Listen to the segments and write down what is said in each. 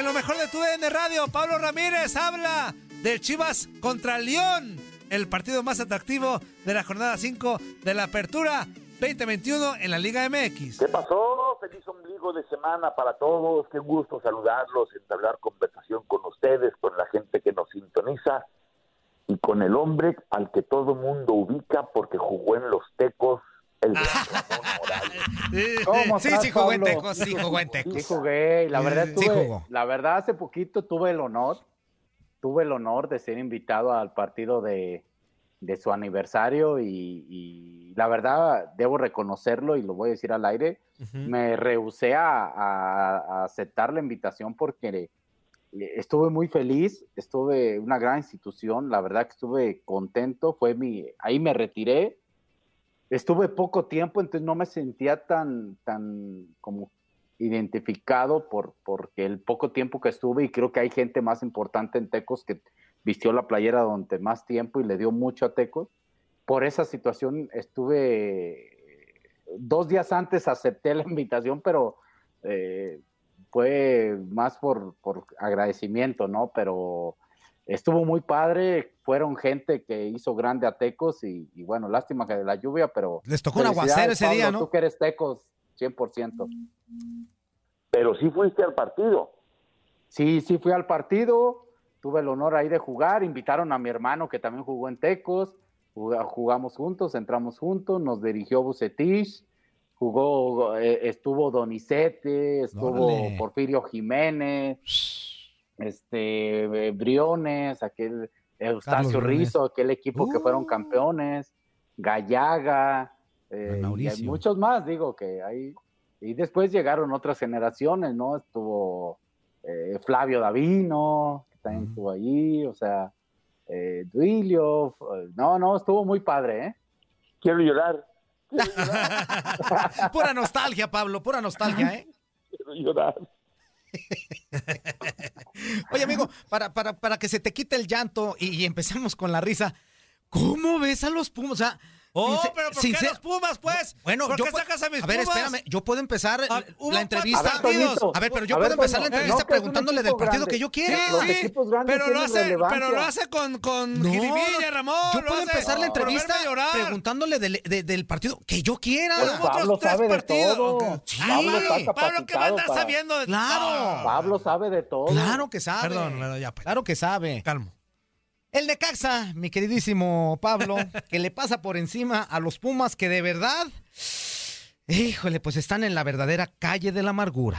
en lo mejor de tu DN Radio, Pablo Ramírez habla del Chivas contra León, el partido más atractivo de la jornada 5 de la Apertura 2021 en la Liga MX. ¿Qué pasó? Feliz ombligo de semana para todos. Qué gusto saludarlos, entablar conversación con ustedes, con la gente que nos sintoniza y con el hombre al que todo mundo ubica porque jugó en los Tecos, el gran Ramón Morales. ¿Cómo estás, Sí jugó en Pablo? Tecos, sí jugó en Tecos. Sí jugué, y la verdad Sí jugó. la verdad hace poquito tuve el honor de ser invitado al partido de su aniversario y la verdad debo reconocerlo y lo voy a decir al aire, me rehusé a aceptar la invitación porque estuve muy feliz, estuve en una gran institución, la verdad que estuve contento, ahí me retiré, estuve poco tiempo, entonces no me sentía tan como identificado porque el poco tiempo que estuve, y creo que hay gente más importante en Tecos que vistió la playera durante más tiempo y le dio mucho a Tecos. Por esa situación estuve 2 días antes, acepté la invitación, pero fue más por agradecimiento, ¿no? Pero estuvo muy padre, fueron gente que hizo grande a Tecos y bueno, lástima que de la lluvia, pero... Les tocó un aguacero ese Pablo, día, ¿no? Tú que eres Tecos, 100%. Pero sí fuiste al partido. Sí fui al partido, tuve el honor ahí de jugar, invitaron a mi hermano que también jugó en Tecos, jugamos juntos, entramos juntos, nos dirigió Bucetich, estuvo Donizete, estuvo ¡Órale! Porfirio Jiménez, Briones, aquel Eustacio Carlos Briones. Rizzo, aquel equipo que fueron campeones, Gallaga, y hay Mauricio. muchos más, digo que hay, y después llegaron otras generaciones, ¿no? Estuvo Flavio Davino, que también estuvo allí, o sea, Duilio, no, estuvo muy padre, ¿eh? Quiero llorar. Pura nostalgia, Pablo, pura nostalgia, ¿eh? Quiero llorar. Oye, amigo, para que se te quite el llanto y empecemos con la risa, ¿cómo ves a los Pumas? O sea, pero ¿por qué los Pumas, pues? Bueno, ¿Por qué sacas a mis a ver, Pumas? espérame, yo puedo empezar Hubo la entrevista. cuatro partidos. A ver, pero yo A ver, puedo empezar Toño, la entrevista no, que es un preguntándole del equipo partido grande. que yo quiera. Los equipos grandes pero lo tienen hace, relevancia. pero lo hace con No, jiribilla, Ramón. yo lo puedo hace empezar la por entrevista verme llorar. preguntándole del partido que yo quiera. Pues Hubo Pablo otros 3 sabe de partidos. todo. Sí. Pablo está Pablo, ¿qué va a andar capacitado sabiendo? Claro. Pablo sabe de todo. Claro que sabe. Perdón, ya, pues. Claro que sabe. Calmo. El Necaxa, mi queridísimo Pablo, que le pasa por encima a los Pumas que de verdad, híjole, pues están en la verdadera calle de la amargura.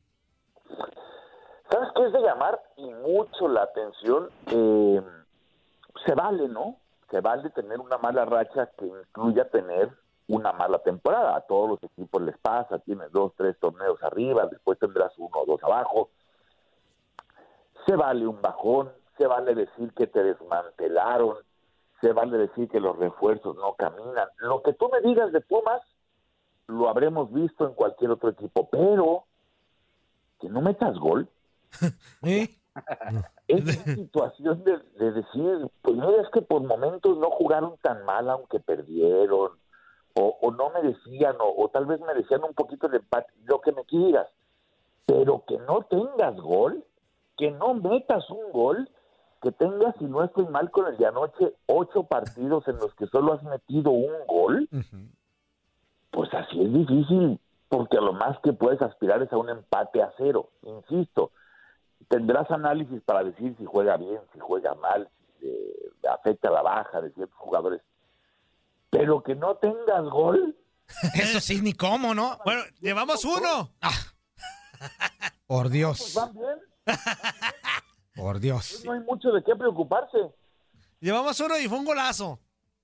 ¿Sabes qué es de llamar y mucho la atención? Se vale, ¿no? Se vale tener una mala racha que incluya tener una mala temporada. A todos los equipos les pasa, tienes 2, 3 torneos arriba, después tendrás 1 o 2 abajo. Se vale un bajón, se vale decir que te desmantelaron, se vale decir que los refuerzos no caminan. Lo que tú me digas de Pumas, lo habremos visto en cualquier otro equipo, pero que no metas gol. ¿Eh? Es una situación de decir, pues mira, es que por momentos no jugaron tan mal aunque perdieron, o no merecían, o tal vez merecían un poquito de empate, lo que me quieras, pero que no tengas gol, que no metas un gol, que tengas, si no estoy mal con el de anoche, 8 partidos en los que solo has metido un gol, pues así es difícil, porque a lo más que puedes aspirar es a un empate a 0, insisto. Tendrás análisis para decir si juega bien, si juega mal, si afecta la baja de ciertos jugadores, pero que no tengas gol. Eso sí, ni cómo, ¿no? Bueno, llevamos 1. Por Pues Dios, van bien, por Dios. no hay mucho de qué preocuparse. Llevamos 1 y fue un golazo.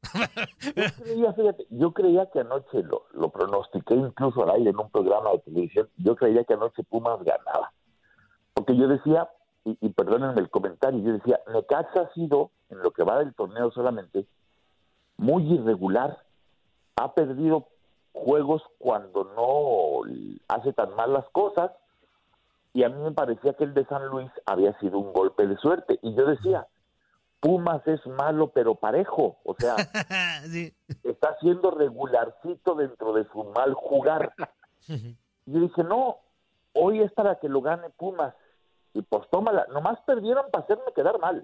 Yo creía que anoche, lo pronostiqué incluso al aire en un programa de televisión, yo creía que anoche Pumas ganaba. Porque yo decía, y perdónenme el comentario, yo decía, Necaxa ha sido, en lo que va del torneo solamente, muy irregular. Ha perdido juegos cuando no hace tan mal las cosas, y a mí me parecía que el de San Luis había sido un golpe de suerte. Y yo decía, Pumas es malo pero parejo, o sea, Sí. está siendo regularcito dentro de su mal jugar. Y yo dije, no, hoy es para que lo gane Pumas. y pues tómala. Nomás perdieron para hacerme quedar mal.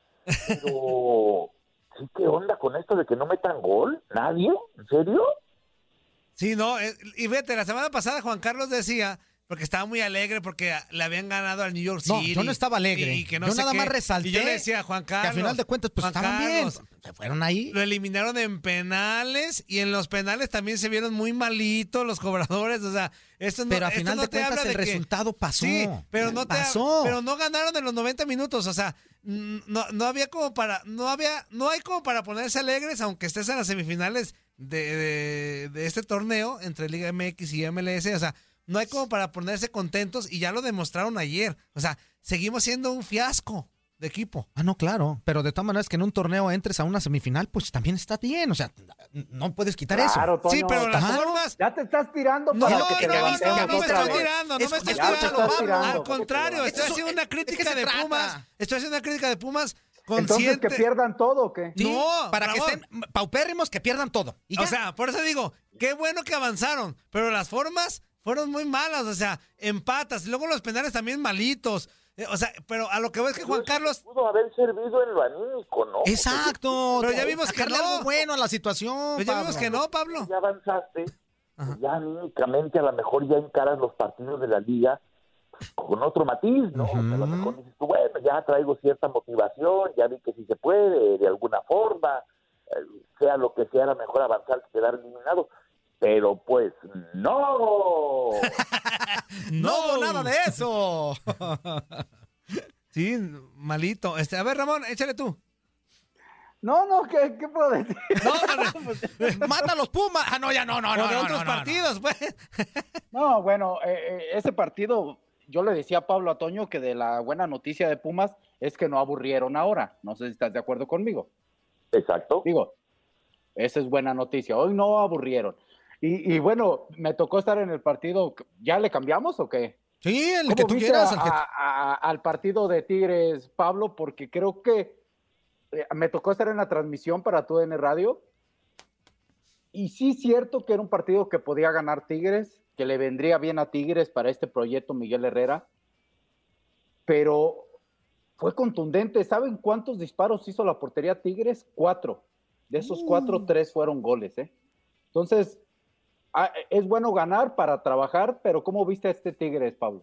Pero, ¿sí qué onda con esto de que no metan gol? ¿Nadie? ¿En serio? Sí, no, y vete, la semana pasada Juan Carlos decía, porque estaba muy alegre porque le habían ganado al New York No, City. yo no estaba alegre. Y que no yo sé nada qué. más resalté Y yo le decía a Juan Carlos. que al final de cuentas, pues Juan estaban Carlos, bien. Se fueron ahí. Lo eliminaron en penales y en los penales también se vieron muy malitos los cobradores. O sea, esto no, Pero a esto final no de te cuentas habla el de que- resultado pasó. Sí, pero no pasó. pero no ganaron en los 90 minutos. O sea, no había como para, no hay como para ponerse alegres, aunque estés en las semifinales de este torneo entre Liga MX y MLS. O sea, no hay como para ponerse contentos y ya lo demostraron ayer. O sea, seguimos siendo un fiasco de equipo. Ah, no, claro. Pero de todas maneras que en un torneo entres a una semifinal, pues también está bien. O sea, no puedes quitar Claro, eso. Toño, Sí, pero las claro. formas... Ya te estás tirando No, para no, que te no, levantemos no me otra estoy vez. tirando, no me estoy Ya te tirando, estás tirando, al porque te contrario, levantes. estoy haciendo una crítica se de trata. Pumas, estoy haciendo una crítica de Pumas Entonces, consciente. ¿que pierdan todo o qué? Sí, No, para Ramón. que estén paupérrimos, que pierdan todo. Y O ya. sea, por eso digo, qué bueno que avanzaron, pero las formas fueron muy malas, o sea, empatas, y luego los penales también malitos. O sea, pero a lo que voy es que Juan Carlos... Pudo haber servido en lo anímico, ¿no? Exacto. Pero ya vimos que Sacarle no. algo bueno a la situación. Pues ya vimos Pablo. que no, Pablo. Ya avanzaste, Ajá. ya anímicamente a lo mejor ya encaras los partidos de la liga con otro matiz, ¿no? O sea, a lo mejor dices tú, bueno, ya traigo cierta motivación, ya vi que sí se puede, de alguna forma, sea lo que sea, a lo mejor avanzar que quedar eliminado. Pero pues, ¡no! No hubo nada de eso. Sí, malito. A ver, Ramón, échale tú. No, ¿qué puedo decir? Mata a los Pumas. Ah, no, ya no. O de otros partidos, pues. No, bueno, ese partido, yo le decía a Pablo, a Toño, que de la buena noticia de Pumas es que no aburrieron ahora. No sé si estás de acuerdo conmigo. Exacto. Digo, esa es buena noticia. Hoy no aburrieron. Y bueno, me tocó estar en el partido. ¿Ya le cambiamos o qué? Sí, el ¿Cómo que tú viste quieras. al partido de Tigres, Pablo? Porque creo que me tocó estar en la transmisión para TUDN Radio. Y sí es cierto que era un partido que podía ganar Tigres, que le vendría bien a Tigres para este proyecto Miguel Herrera. Pero fue contundente. ¿Saben cuántos disparos hizo la portería Tigres? 4. De esos 4, 3 fueron goles, ¿eh? Entonces, es bueno ganar para trabajar, pero ¿cómo viste a este Tigres, Pablo?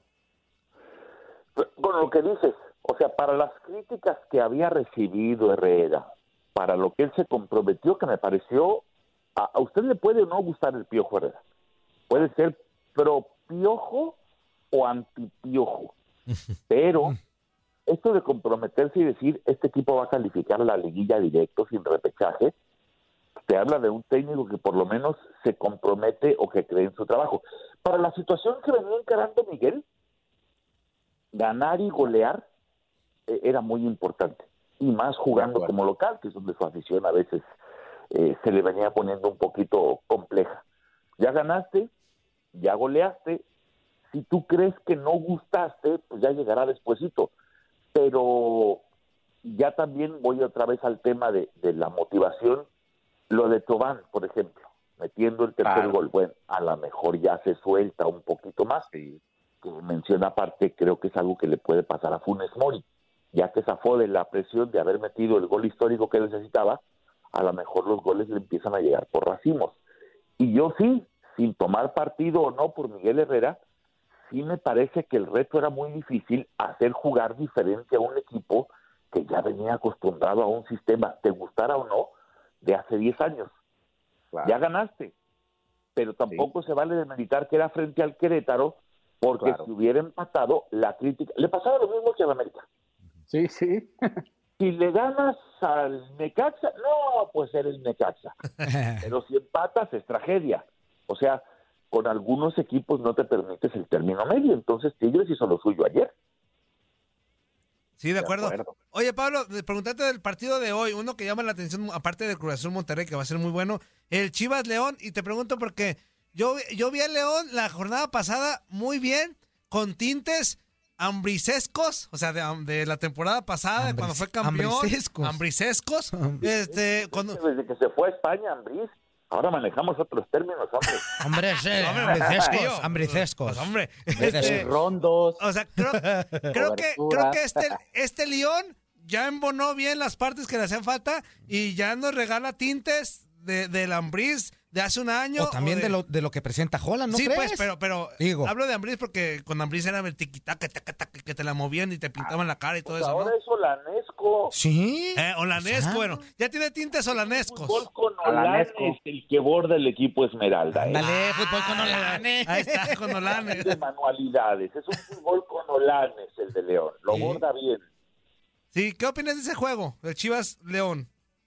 Con lo que dices, o sea, para las críticas que había recibido Herrera, para lo que él se comprometió, que me pareció, a usted le puede o no gustar el Piojo Herrera, puede ser pro Piojo o anti Piojo, pero esto de comprometerse y decir, este equipo va a calificar la liguilla directo sin repechaje, te habla de un técnico que por lo menos se compromete o que cree en su trabajo. Para la situación que venía encarando Miguel, ganar y golear era muy importante, y más jugando como local, que es donde su afición a veces se le venía poniendo un poquito compleja. Ya ganaste, ya goleaste, si tú crees que no gustaste, pues ya llegará despuesito, pero ya también voy otra vez al tema de la motivación. Lo de Tobán, por ejemplo, metiendo el tercer gol, bueno, a lo mejor ya se suelta un poquito más, que menciona aparte, creo que es algo que le puede pasar a Funes Mori, ya que zafó de la presión de haber metido el gol histórico que necesitaba, a lo mejor los goles le empiezan a llegar por racimos. Y yo sí, sin tomar partido o no por Miguel Herrera, sí me parece que el reto era muy difícil, hacer jugar diferente a un equipo que ya venía acostumbrado a un sistema, te gustara o no, de hace 10 años. Claro. Ya ganaste, pero tampoco se vale demeritar que era frente al Querétaro, porque si hubiera empatado, la crítica... Le pasaba lo mismo que al América. Sí. Si le ganas al Necaxa, no, pues eres Necaxa. Pero si empatas, es tragedia. O sea, con algunos equipos no te permites el término medio. Entonces Tigres hizo lo suyo ayer. Sí, de acuerdo. Oye, Pablo, preguntarte del partido de hoy, uno que llama la atención, aparte del Cruz Azul Monterrey, que va a ser muy bueno, el Chivas León, y te pregunto porque yo vi al León la jornada pasada muy bien, con tintes ambrisescos, o sea, de la temporada pasada, cuando fue campeón. Ambrisescos. Desde que se fue a España, Ambriz, Ahora manejamos otros términos, hombre. Hombre, sí, hambricescos. Hombre, Rondos. o sea, creo que este León ya embonó bien las partes que le hacían falta y ya nos regala tintes del Ambriz de hace un año. O también de lo que presenta Holland, ¿no sí, crees? pues, pero Digo. hablo de Ambriz porque con Ambriz era el tiquitaca, que te la movían y te pintaban la cara y todo Pues eso, ahora ¿no? es holanesco. Sí. Holanesco, bueno, ya tiene tintes holanescos. Fútbol con Olanes, el que borda el equipo Esmeralda. Dale, fútbol con Olanes. Ahí está, con Olanes. De manualidades. Es un fútbol con Olanes el de León. Lo borda bien. Sí, ¿qué opinas de ese juego, de Chivas León?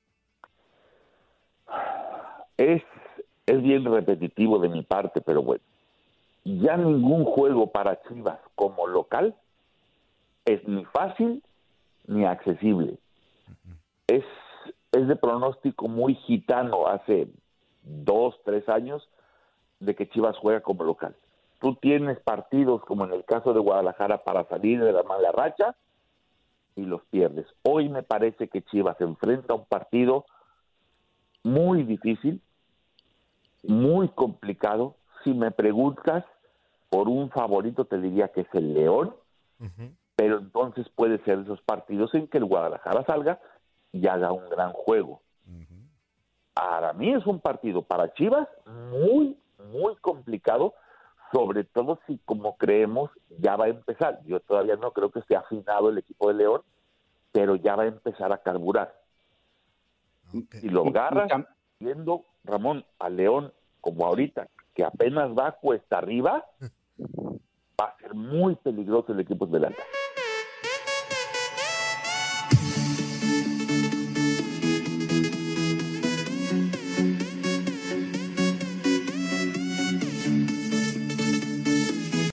Es bien repetitivo de mi parte, pero bueno. Ya ningún juego para Chivas como local es ni fácil ni accesible. Es de pronóstico muy gitano hace 2, 3 años de que Chivas juega como local. Tú tienes partidos como en el caso de Guadalajara para salir de la mala racha y los pierdes. Hoy me parece que Chivas enfrenta un partido muy difícil, muy complicado. Si me preguntas por un favorito te diría que es el León, pero entonces puede ser esos partidos en que el Guadalajara salga y haga un gran juego. Para mí es un partido para Chivas muy, muy complicado, sobre todo si, como creemos, ya va a empezar. Yo todavía no creo que esté afinado el equipo de León, pero ya va a empezar a carburar. Si lo agarras viendo, Ramón, a León como ahorita, que apenas va cuesta arriba, va a ser muy peligroso el equipo Esmeralda.